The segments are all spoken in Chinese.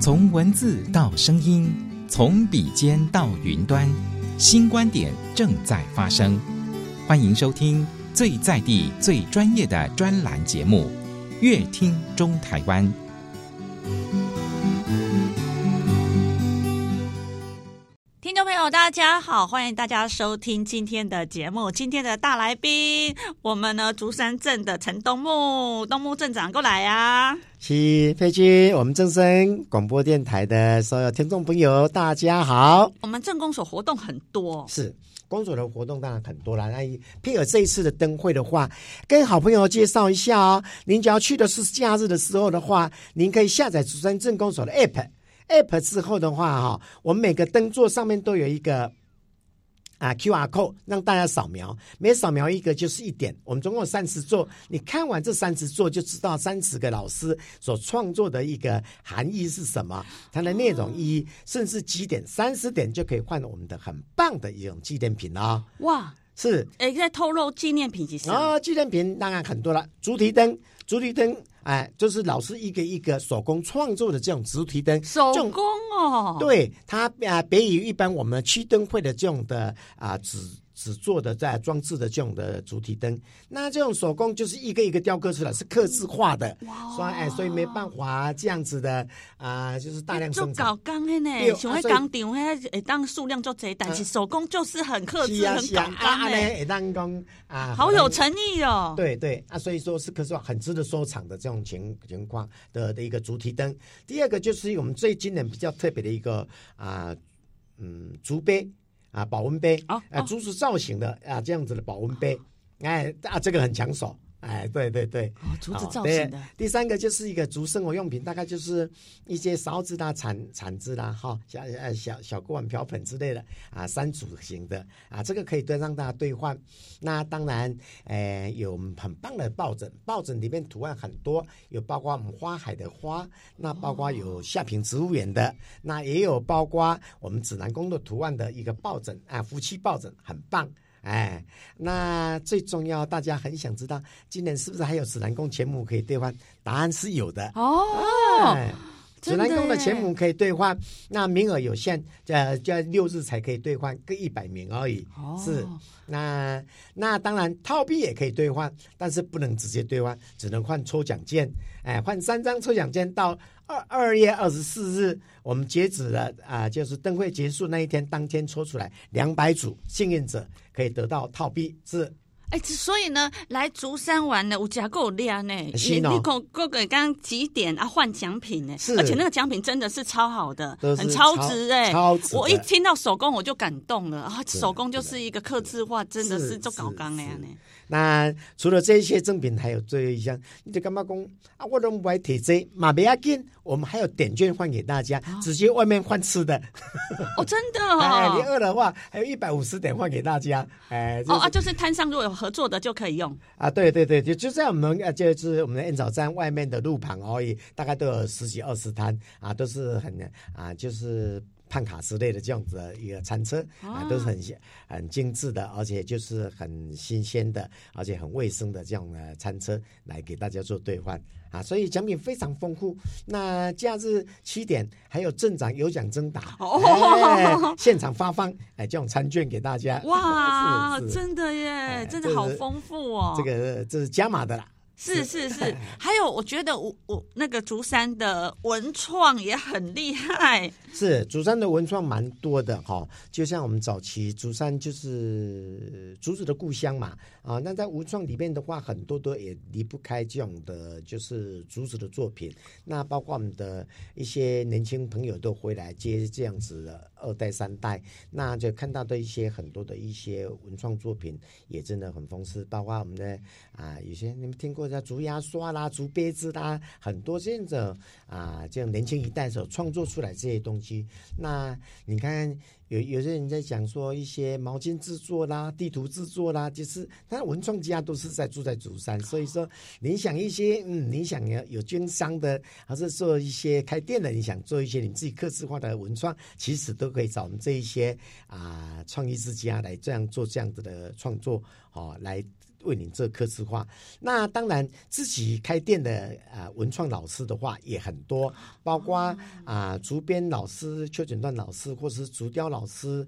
从文字到声音，从笔尖到云端，新观点正在发生。欢迎收听最在地、最专业的专栏节目《乐听中台湾》。 听众朋友大家好，欢迎大家收听今天的节目。今天的大来宾，我们呢竹山镇的陈东木镇长过来啊。 是佩君，我们正声广播电台的所有听众朋友大家好。 我们镇公所活动很多， 是公所的活动当然很多啦，那配合这一次的灯会的话，跟好朋友介绍一下哦。您只要去的是假日的时候的话，您可以下载竹山镇公所的 app 之后的话，我们每个灯座上面都有一个QR code 让大家扫描，每扫描一个就是1点。我们总共有30座，你看完这30座就知道30个老师所创作的一个含义是什么，它的内容意义，甚至几点30点就可以换我们的很棒的一种纪念品哦。 哇， 是在透露纪念品是什么？ 纪念品当然很多了，主题灯就是老师一个一个手工创作的这种主题灯， 手工哦， 对，它别于一般我们区灯会的这种的纸做的在装置的这种的主题灯，那这种手工就是一个一个雕刻出来，是客制化的，所以没办法这样子的就是大量生产。 做搞工的呢，像那工厂那当数量就多，但是手工就是很客制，很搞工的， 当工好有诚意哦。 对对所以说是客制化，很值得收藏的这种情况的一个主题灯。第二个就是我们最今年比较特别的一个竹杯。保温杯竹子造型的这样子的保温杯，这个很抢手，对， 竹子造型的。 第三个就是一个竹生活用品，大概就是一些勺子啦、铲子啦，小锅碗瓢盆之类的3组型的这个可以让大家兑换。那当然，有很棒的抱枕里面图案很多，有包括我们花海的花，那包括有夏平植物园的，那也有包括我们指南宫的图案的一个抱枕夫妻抱枕，很棒。那最重要，大家很想知道，今年是不是还有指南宫钱母可以兑换？答案是有的指南宫的钱母可以兑换，那名额有限，就6日才可以兑换，各100名而已。是，那当然套币也可以兑换，但是不能直接兑换，只能换抽奖券。换3张抽奖券到2月24日，我们截止了就是灯会结束那一天，当天抽出来200组幸运者可以得到套币。是。 所以呢，来竹山玩呢，有加够量呢。你刚几点换奖品呢？而且那个奖品真的是超好的，很超值超值。 我一听到手工我就感动了手工就是一个客制化，真的是做搞纲的呀呢。 那除了这些赠品，还有最后一项，你就干嘛讲我都不爱提这嘛不要紧，我们还有点券换给大家，直接外面换吃的。 真的你饿的话，还有150点换给大家。 就是摊上如果有合作的就可以用对，就在我们就是我们的燕巢站外面的路旁而已，大概都有10几20摊都是很就是胖卡之类的这样子的一个餐车都是很精致的，而且就是很新鲜的，而且很卫生的这样的餐车来给大家做兑换所以奖品非常丰富。那假日7点还有镇长有奖征答现场发放这种餐券给大家。 哇，真的耶，真的好丰富哦。 这是加码的啦。 是，还有我觉得我那个竹山的文创也很厉害。 是，竹山的文创蛮多的就像我们早期竹山就是竹子的故乡嘛那在文创里面的话，很多都也离不开这种的就是竹子的作品。那包括我们的一些年轻朋友都回来接这样子的2代3代，那就看到的很多的一些文创作品也真的很丰富，包括我们的有些你们听过叫竹牙刷啦、竹杯子啦，很多这样的这样年轻一代所创作出来这些东西。那你看有些人在讲说一些毛巾制作啦、地图制作啦，就是他文创家都是住在竹山，所以说你想一些你想有经商的，还是做一些开店的，你想做一些你自己客制化的文创，其实都可以找我们这一些创意之家来这样做这样子的创作来为您做客制化。那当然自己开店的文创老师的话也很多，包括竹编老师、邱锦段老师，或是竹雕老师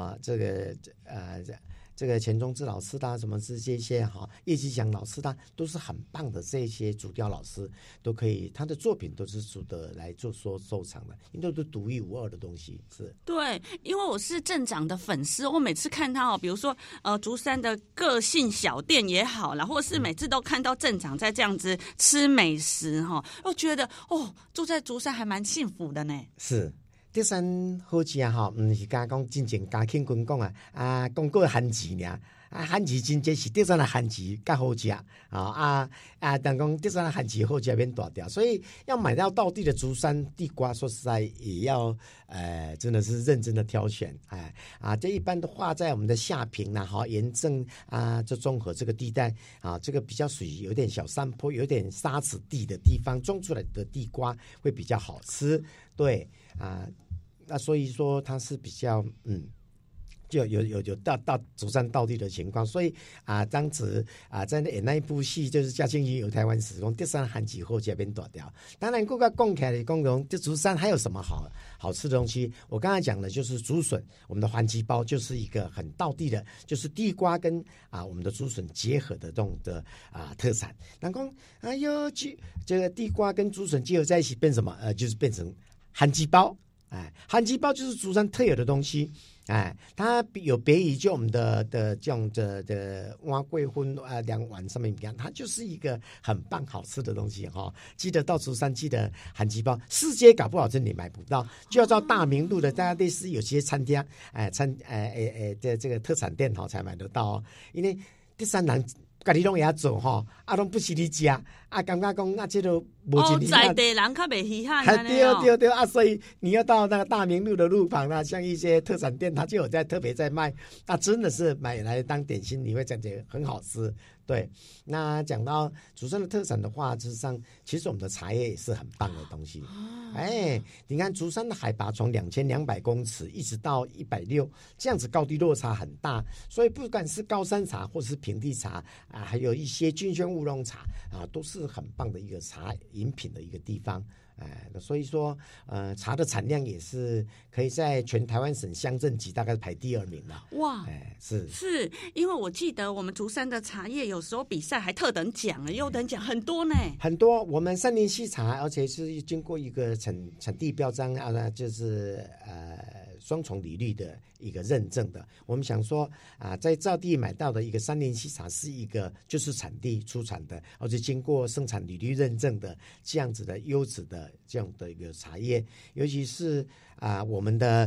这个钱钟志老师啦，什么是这些叶基祥老师啦，都是很棒的这些竹雕老师，都可以，他的作品都是值得来做收藏的，因为都是独一无二的东西。是对，因为我是镇长的粉丝，我每次看他比如说竹山的个性小店也好啦，或是每次都看到镇长在这样子吃美食我觉得住在竹山还蛮幸福的呢。 是。竹山好吃不是讲真正家庆君讲讲过番薯尔番薯真正是竹山的番薯较好吃但讲竹山的番薯好吃变大条，所以要买到道地的竹山地瓜，说实在也要真的是认真的挑选这一般的话在我们的下坪盐政这中和这个地带这个比较属于有点小山坡、有点沙子地的地方，种出来的地瓜会比较好吃。对那所以说它是比较就有到竹山道地的情况，所以当时在那一部戏就是嘉庆鱼游台湾史中，竹山番薯好吃变大条。当然各个讲起来讲这竹山还有什么好吃的东西？我刚才讲的就是竹笋，我们的番薯包就是一个很道地的，就是地瓜跟我们的竹笋结合的这种的特产。然后哎呦，这个地瓜跟竹笋结合在一起变什么？就是变成番薯包。番薯包就是竹山特有的东西。它有别于就我们的这种的碗粿荤两碗上面一样，它就是一个很棒好吃的东西记得到竹山记得番薯包，市街搞不好真的买不到，就要到大明路的大家类似有些餐厅这个特产店才买得到因为竹山人家己拢会做拢不是你吃感觉讲这都无真在地人较袂稀罕对所以你要到那个大明路的路旁像一些特产店，它就有特别在卖，真的是买来当点心，你会感觉很好吃。对，那讲到竹山的特产的话，事实上其实我们的茶叶也是很棒的东西。你看竹山的海拔从2200公尺一直到160，这样子高低落差很大，所以不管是高山茶或是平地茶还有一些君轩乌龙茶都是很棒的一个茶饮品的一个地方。所以说茶的产量也是可以在全台湾省乡镇级大概排第2名了。 哇，是因为我记得我们竹山的茶叶有时候比赛还特等奖优等奖很多呢，很多。我们3年溪茶而且是经过一个产地标章就是双重履历的一个认证的。我们想说在造地买到的一个3年溪茶是一个就是产地出产的，而且经过生产履历认证的这样子的优质的这样的一个茶叶，尤其是我们的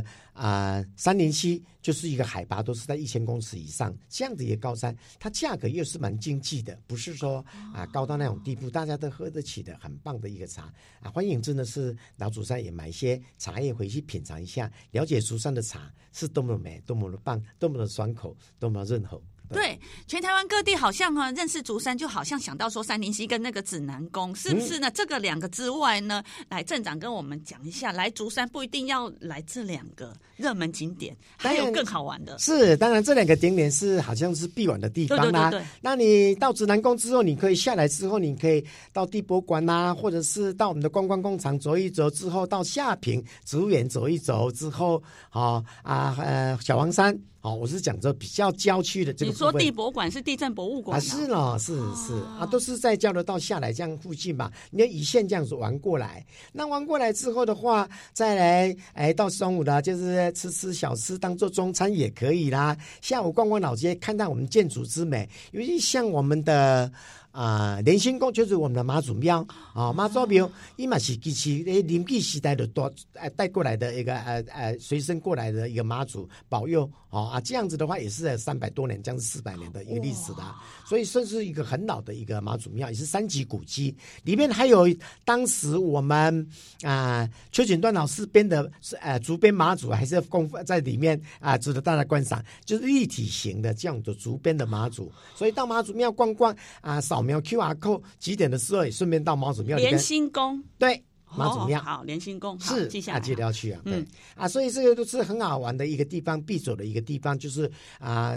3年溪就是一个海拔都是在1000公尺以上这样的一个高山，它价格又是蛮经济的，不是说高到那种地步，大家都喝得起的，很棒的一个茶欢迎真的是老竹山也买一些茶叶回去品尝一下，了解竹山的茶是多么美、多么的棒、多么的爽口、多么润喉。 对，全台湾各地好像认识竹山就好像想到说三林溪跟那个指南宫，是不是呢？这个2个之外呢，来镇长跟我们讲一下，来竹山不一定要来这2个热门景点，还有更好玩的。 是，当然这2个景点是好像是必玩的地方对。那你到指南宫之后，你可以下来之后，你可以到地博馆或者是到我们的观光工厂走一走，之后到下坪植物园走一走，之后小黄山。我是讲这比较郊区的这个部分。 你说地博馆是地震博物馆是了，是都是在交流道下来这样附近嘛，你要以线这样子玩过来。那玩过来之后的话，再来到中午的就是吃小吃当做中餐也可以啦。下午逛逛老街，看到我们建筑之美，尤其像我们的莲心宫就是我们的妈祖庙妈祖庙伊嘛是其实临记时代的带过来的一个随身过来的一个妈祖保佑这样子的话也是300多年，将近400年的一个历史的所以算是一个很老的一个妈祖庙，也是3级古迹。里面还有当时我们邱锦段老师编的竹编妈祖，还是在里面值得大家观赏，就是立体型的这样的竹编的妈祖。所以到妈祖庙逛逛扫描 QR code 几点的时候也顺便到妈祖庙里面。 莲心宫对妈祖庙好，莲心宫是记下来记得要去对所以这个都是很好玩的一个地方，必走的一个地方，就是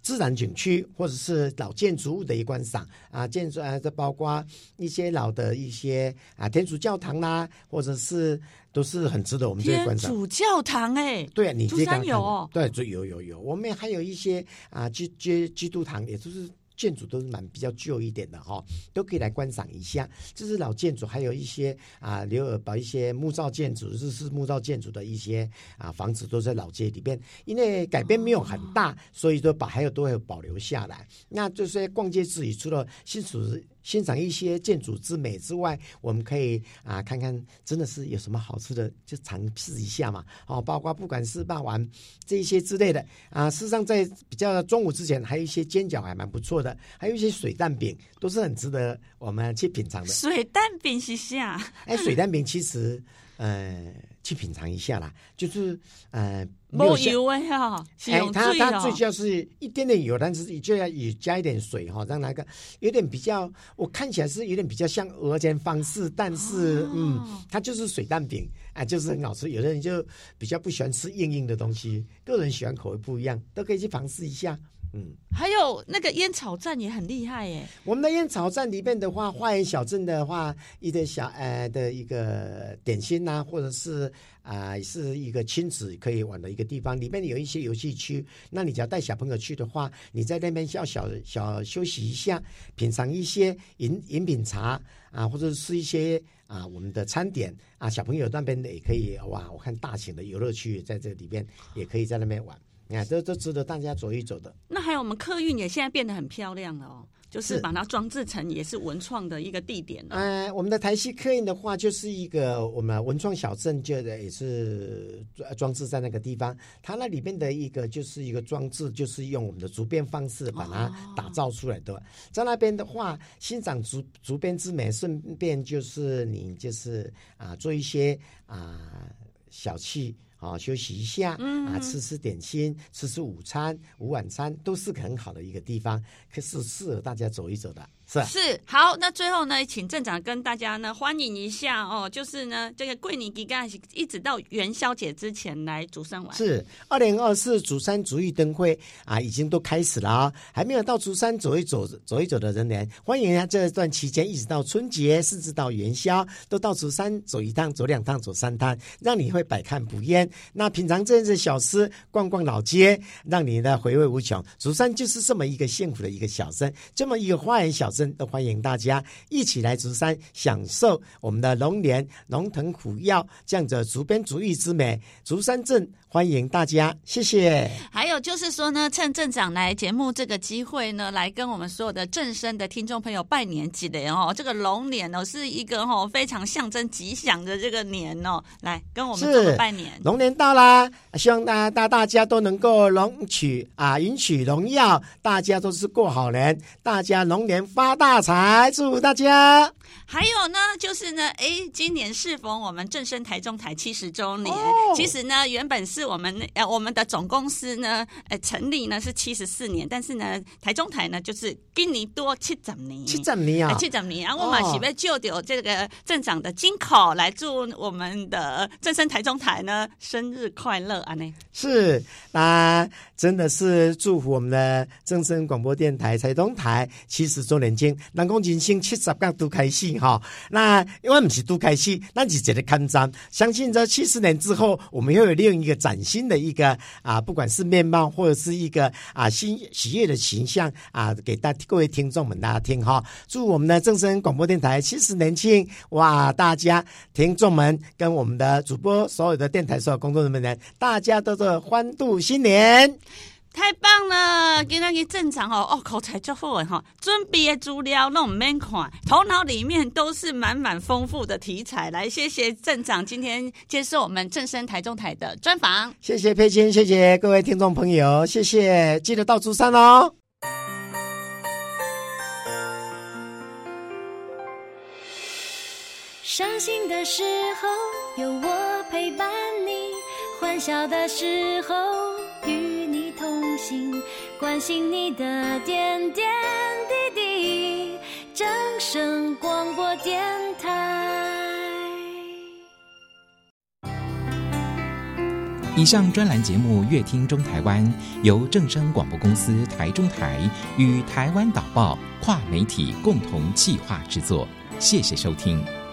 自然景区或者是老建筑物的一观赏建筑这包括一些老的一些天主教堂啦，或者是都是很值得我们这些观赏。 天主教堂对，你竹山有哦， 对，有，我们还有一些基督堂，也就是建筑都是比较旧一点的都可以来观赏一下。这是老建筑，还有一些刘尔堡一些木造建筑，日式木造建筑的一些房子都在老街里边，因为改变没有很大，所以说都会保留下来。那就是逛街之余，除了欣赏一些建筑之美之外，我们可以看看真的是有什么好吃的就尝试一下嘛包括不管是霸王这一些之类的事实上在比较中午之前还有一些煎饺还蛮不错的，还有一些水蛋饼都是很值得我们去品尝的。 水蛋饼是啥？ 水蛋饼其实去品尝一下啦，就是没油的是用水它最主要是一点点油，但是就要加一点水让那个有点比较，我看起来是有点比较像鹅煎方式，但是它就是水蛋饼就是很好吃。有的人就比较不喜欢吃硬的东西，个人喜欢口味不一样，都可以去尝试一下。 还有那个烟草站也很厉害耶。 我们的烟草站里面的话，花园小镇的话，一个的一个点心或者是是一个亲子可以玩的一个地方，里面有一些游戏区。那你只要带小朋友去的话，你在那边小休息一下，品尝一些饮品茶或者是一些我们的餐点小朋友那边也可以我看大型的游乐区在这里边也可以在那边玩。都值得大家走一走的。 那还有我们客运也现在变得很漂亮了就是把它装置成也是文创的一个地点我们的台西客运的话，就是一个我们文创小镇，也是装置在那个地方。它那里面的一个就是一个装置，就是用我们的竹编方式把它打造出来的。在那边的话，欣赏竹编之美，顺便就是你就是做一些小憩。休息一下吃点心，吃午餐、午晚餐，都是很好的一个地方，可是适合大家走一走的。 是好，那最后呢，请镇长跟大家呢欢迎一下就是呢，这个过年期间一直到元宵节之前来竹山玩。 是2024竹山竹艺灯会已经都开始了还没有到竹山走一走的人呢，欢迎这段期间一直到春节，甚至到元宵，都到竹山走一趟、走2趟、走3趟，让你会百看不厌。那品尝这些小吃，逛逛老街，让你的回味无穷。竹山就是这么一个幸福的一个小镇，这么一个花园小镇，都欢迎大家一起来竹山享受我们的龙年龙腾虎跃这样的竹编竹艺之美。竹山镇欢迎大家，谢谢。 还有就是说呢，趁镇长来节目这个机会呢，来跟我们所有的正声的听众朋友拜年纪的这个龙年是一个非常象征吉祥的这个年来跟我们做个拜年。 龙年到啦，希望大家都能够迎娶荣耀，大家都是过好年，大家龙年发大财，祝大家。 还有呢，就是呢，今年适逢我们正声台中台70周年，其实呢，原本是我们的总公司呢，成立呢是74年，但是呢，台中台呢就是今年多70年 ，70年啊 ，70年，我们是要就着这个镇长的金口来祝我们的正声台中台呢生日快乐啊！呢是真的是祝福我们的正声广播电台台中台70周年庆，人讲人生70刚都开始那因为不是都开始，那是一个看站，相信这70年之后，我们会有另一个崭新的一个不管是面貌或者是一个新喜悦的形象给各位听众们大家听祝我们的正声广播电台70年庆，大家听众们跟我们的主播所有的电台所有工作人员，大家都是欢度新年。 太棒了！今天镇长口才就好准备的资料都不免看，头脑里面都是满满丰富的题材。来，谢谢镇长今天接受我们正声台中台的专访。 谢谢佩青，谢谢各位听众朋友，谢谢，记得到竹山哦。 伤心的时候有我陪伴你，欢笑的时候与你同行，关心你的点点滴滴。正声广播电台。 以上专栏节目《乐听中台湾》由正声广播公司台中台与台湾导报跨媒体共同企划制作，谢谢收听。